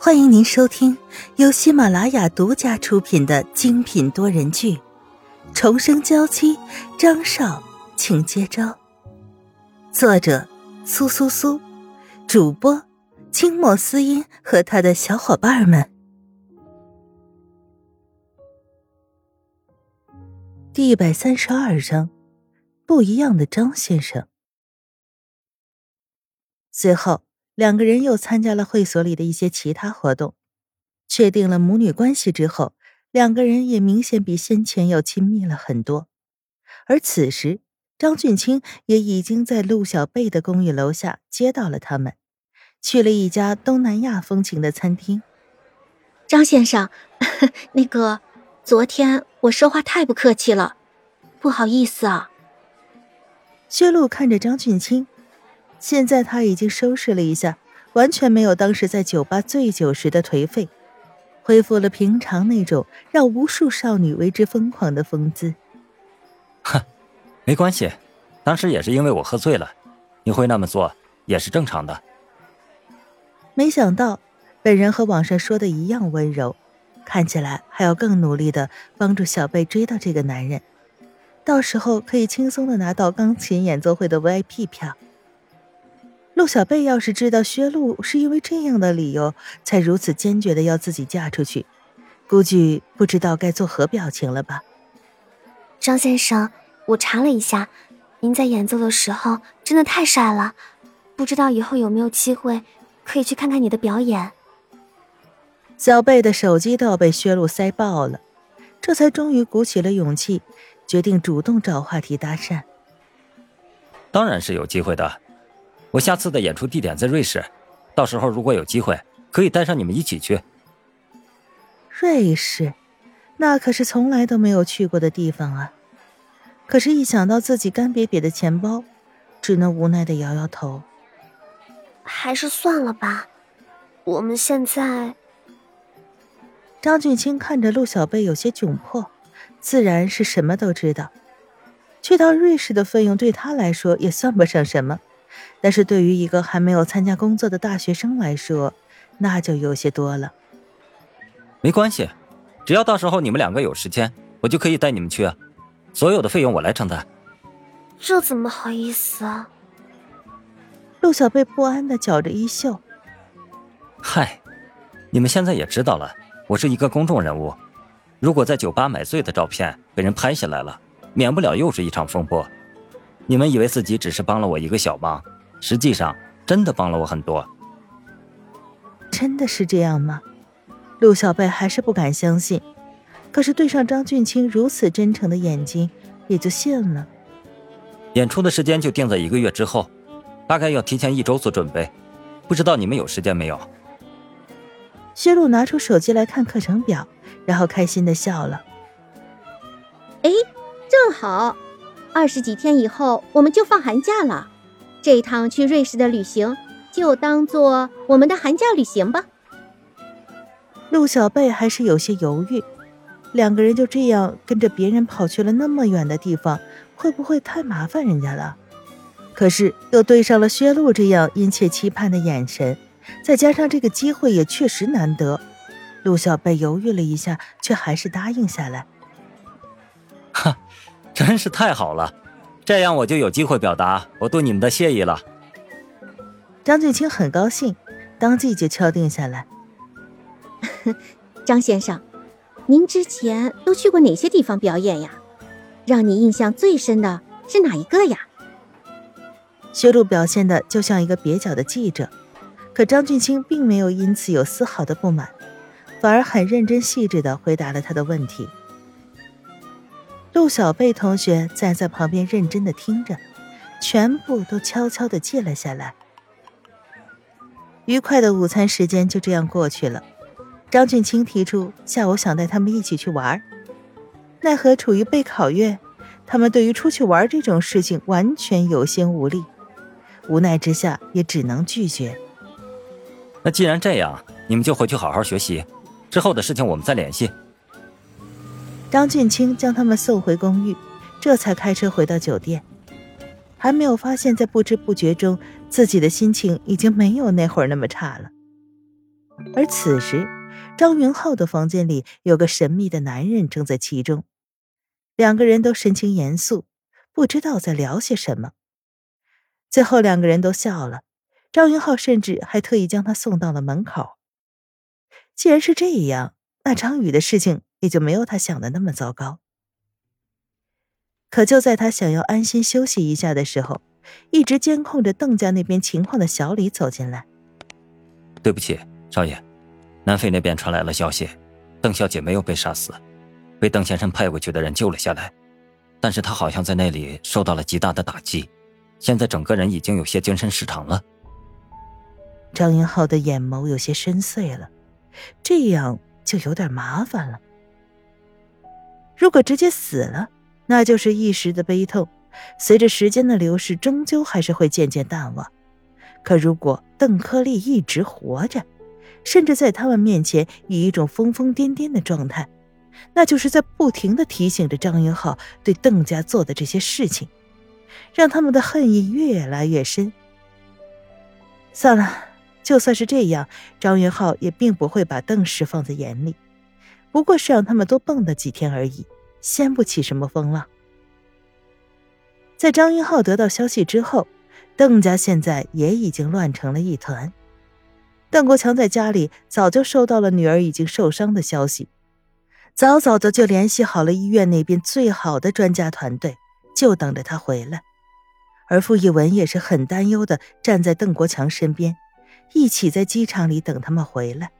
欢迎您收听由喜马拉雅独家出品的精品多人剧《重生娇妻》，张少，请接招。作者苏苏苏，主播清墨思音和他的小伙伴们。第132章，不一样的张先生。随后两个人又参加了会所里的一些其他活动，确定了母女关系之后，两个人也明显比先前要亲密了很多。而此时张俊清也已经在陆小贝的公寓楼下接到了他们，去了一家东南亚风情的餐厅。 张先生，昨天我说话太不客气了，不好意思啊。 薛璐看着张俊清，现在他已经收拾了一下，完全没有当时在酒吧醉酒时的颓废，恢复了平常那种让无数少女为之疯狂的风姿。 哼，没关系，当时也是因为我喝醉了，你会那么做也是正常的。 没想到本人和网上说的一样温柔，看起来还要更努力地帮助小贝追到这个男人，到时候可以轻松地拿到钢琴演奏会的 VIP 票。陆小贝要是知道薛璐是因为这样的理由才如此坚决地要自己嫁出去，估计不知道该做何表情了吧。 张先生，我查了一下，您在演奏的时候真的太帅了，不知道以后有没有机会可以去看看你的表演。 小贝的手机都要被薛璐塞爆了，这才终于鼓起了勇气，决定主动找话题搭讪。 当然是有机会的，我下次的演出地点在瑞士，到时候如果有机会可以带上你们一起去。 瑞士，那可是从来都没有去过的地方啊。可是一想到自己干瘪瘪的钱包，只能无奈地摇摇头。 还是算了吧，我们现在…… 张俊清看着陆小贝有些窘迫，自然是什么都知道。去到瑞士的费用对他来说也算不上什么，但是对于一个还没有参加工作的大学生来说，那就有些多了。 没关系，只要到时候你们两个有时间，我就可以带你们去啊，所有的费用我来承担。 这怎么好意思啊？ 陆小贝不安地绞着衣袖。 嗨，你们现在也知道了，我是一个公众人物，如果在酒吧买醉的照片被人拍下来了，免不了又是一场风波。你们以为自己只是帮了我一个小忙，实际上真的帮了我很多。 真的是这样吗？陆小贝还是不敢相信，可是对上张俊清如此真诚的眼睛，也就信了。 演出的时间就定在1个月之后，大概要提前1周做准备，不知道你们有时间没有？ 薛璐拿出手机来看课程表，然后开心地笑了。 正好20几天以后我们就放寒假了，这一趟去瑞士的旅行就当做我们的寒假旅行吧。 陆小贝还是有些犹豫，两个人就这样跟着别人跑去了那么远的地方，会不会太麻烦人家了？可是又对上了薛璐这样殷切期盼的眼神，再加上这个机会也确实难得，陆小贝犹豫了一下，却还是答应下来。 哈，真是太好了，这样我就有机会表达我对你们的谢意了。 张俊清很高兴，当即就敲定下来。 张先生，您之前都去过哪些地方表演呀？让你印象最深的是哪一个呀？ 薛璐表现的就像一个蹩脚的记者，可张俊清并没有因此有丝毫的不满，反而很认真细致地回答了他的问题。陆小贝同学站在旁边认真地听着，全部都悄悄地记了下来。愉快的午餐时间就这样过去了。张俊清提出下午想带他们一起去玩，奈何处于备考月，他们对于出去玩这种事情完全有心无力，无奈之下也只能拒绝。 那既然这样，你们就回去好好学习，之后的事情我们再联系。 张俊清将他们送回公寓，这才开车回到酒店。还没有发现在不知不觉中自己的心情已经没有那会儿那么差了。 而此时张云浩的房间里有个神秘的男人正在其中，两个人都神情严肃，不知道在聊些什么。最后两个人都笑了，张云浩甚至还特意将他送到了门口。既然是这样，那张宇的事情也就没有他想的那么糟糕。可就在他想要安心休息一下的时候，一直监控着邓家那边情况的小李走进来。 对不起，少爷，南非那边传来了消息，邓小姐没有被杀死，被邓先生派过去的人救了下来，但是她好像在那里受到了极大的打击，现在整个人已经有些精神失常了。 张云浩的眼眸有些深邃了，这样就有点麻烦了。如果直接死了，那就是一时的悲痛，随着时间的流逝，终究还是会渐渐淡忘。可如果邓柯丽一直活着，甚至在他们面前以一种疯疯癫癫的状态，那就是在不停地提醒着张云浩对邓家做的这些事情，让他们的恨意越来越深。算了，就算是这样，张云浩也并不会把邓氏放在眼里，不过是让他们多蹦跶几天而已，掀不起什么风浪。在张云浩得到消息之后，邓家现在也已经乱成了一团。邓国强在家里早就收到了女儿已经受伤的消息，早早的就联系好了医院那边最好的专家团队，就等着他回来。而傅一文也是很担忧的站在邓国强身边，一起在机场里等他们回来。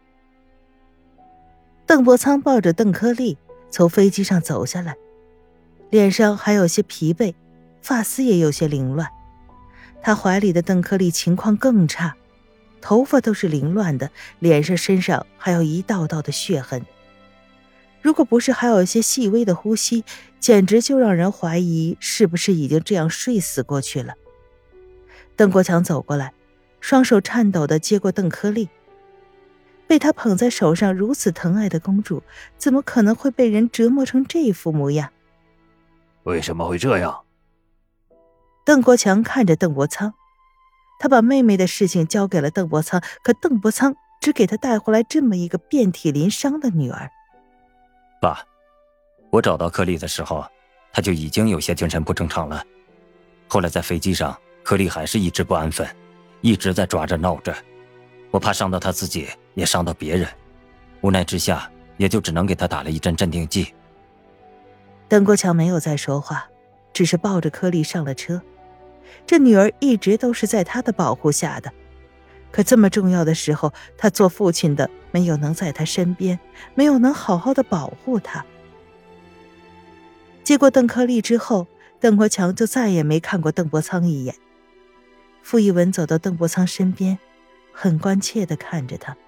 邓伯苍抱着邓柯丽从飞机上走下来，脸上还有些疲惫，发丝也有些凌乱。他怀里的邓柯丽情况更差，头发都是凌乱的，脸上身上还有一道道的血痕。如果不是还有一些细微的呼吸，简直就让人怀疑是不是已经这样睡死过去了。邓国强走过来，双手颤抖地接过邓柯丽。被他捧在手上如此疼爱的公主，怎么可能会被人折磨成这副模样？ 为什么会这样？ 邓国强看着邓伯苍，他把妹妹的事情交给了邓伯苍，可邓伯苍只给他带回来这么一个遍体鳞伤的女儿。 爸，我找到柯丽的时候，她就已经有些精神不正常了。后来在飞机上，柯丽还是一直不安分，一直在抓着闹着。我怕伤到她自己，也伤到别人，无奈之下，也就只能给她打了一针镇定剂。 邓国强没有再说话，只是抱着柯丽上了车。这女儿一直都是在他的保护下的，可这么重要的时候，他做父亲的没有能在他身边，没有能好好的保护他。接过邓柯丽之后，邓国强就再也没看过邓伯苍一眼。傅一文走到邓伯苍身边，很关切地看着他。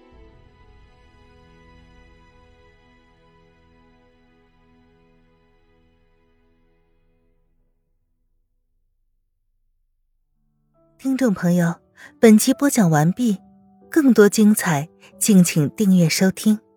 听众朋友，本集播讲完毕，更多精彩，敬请订阅收听。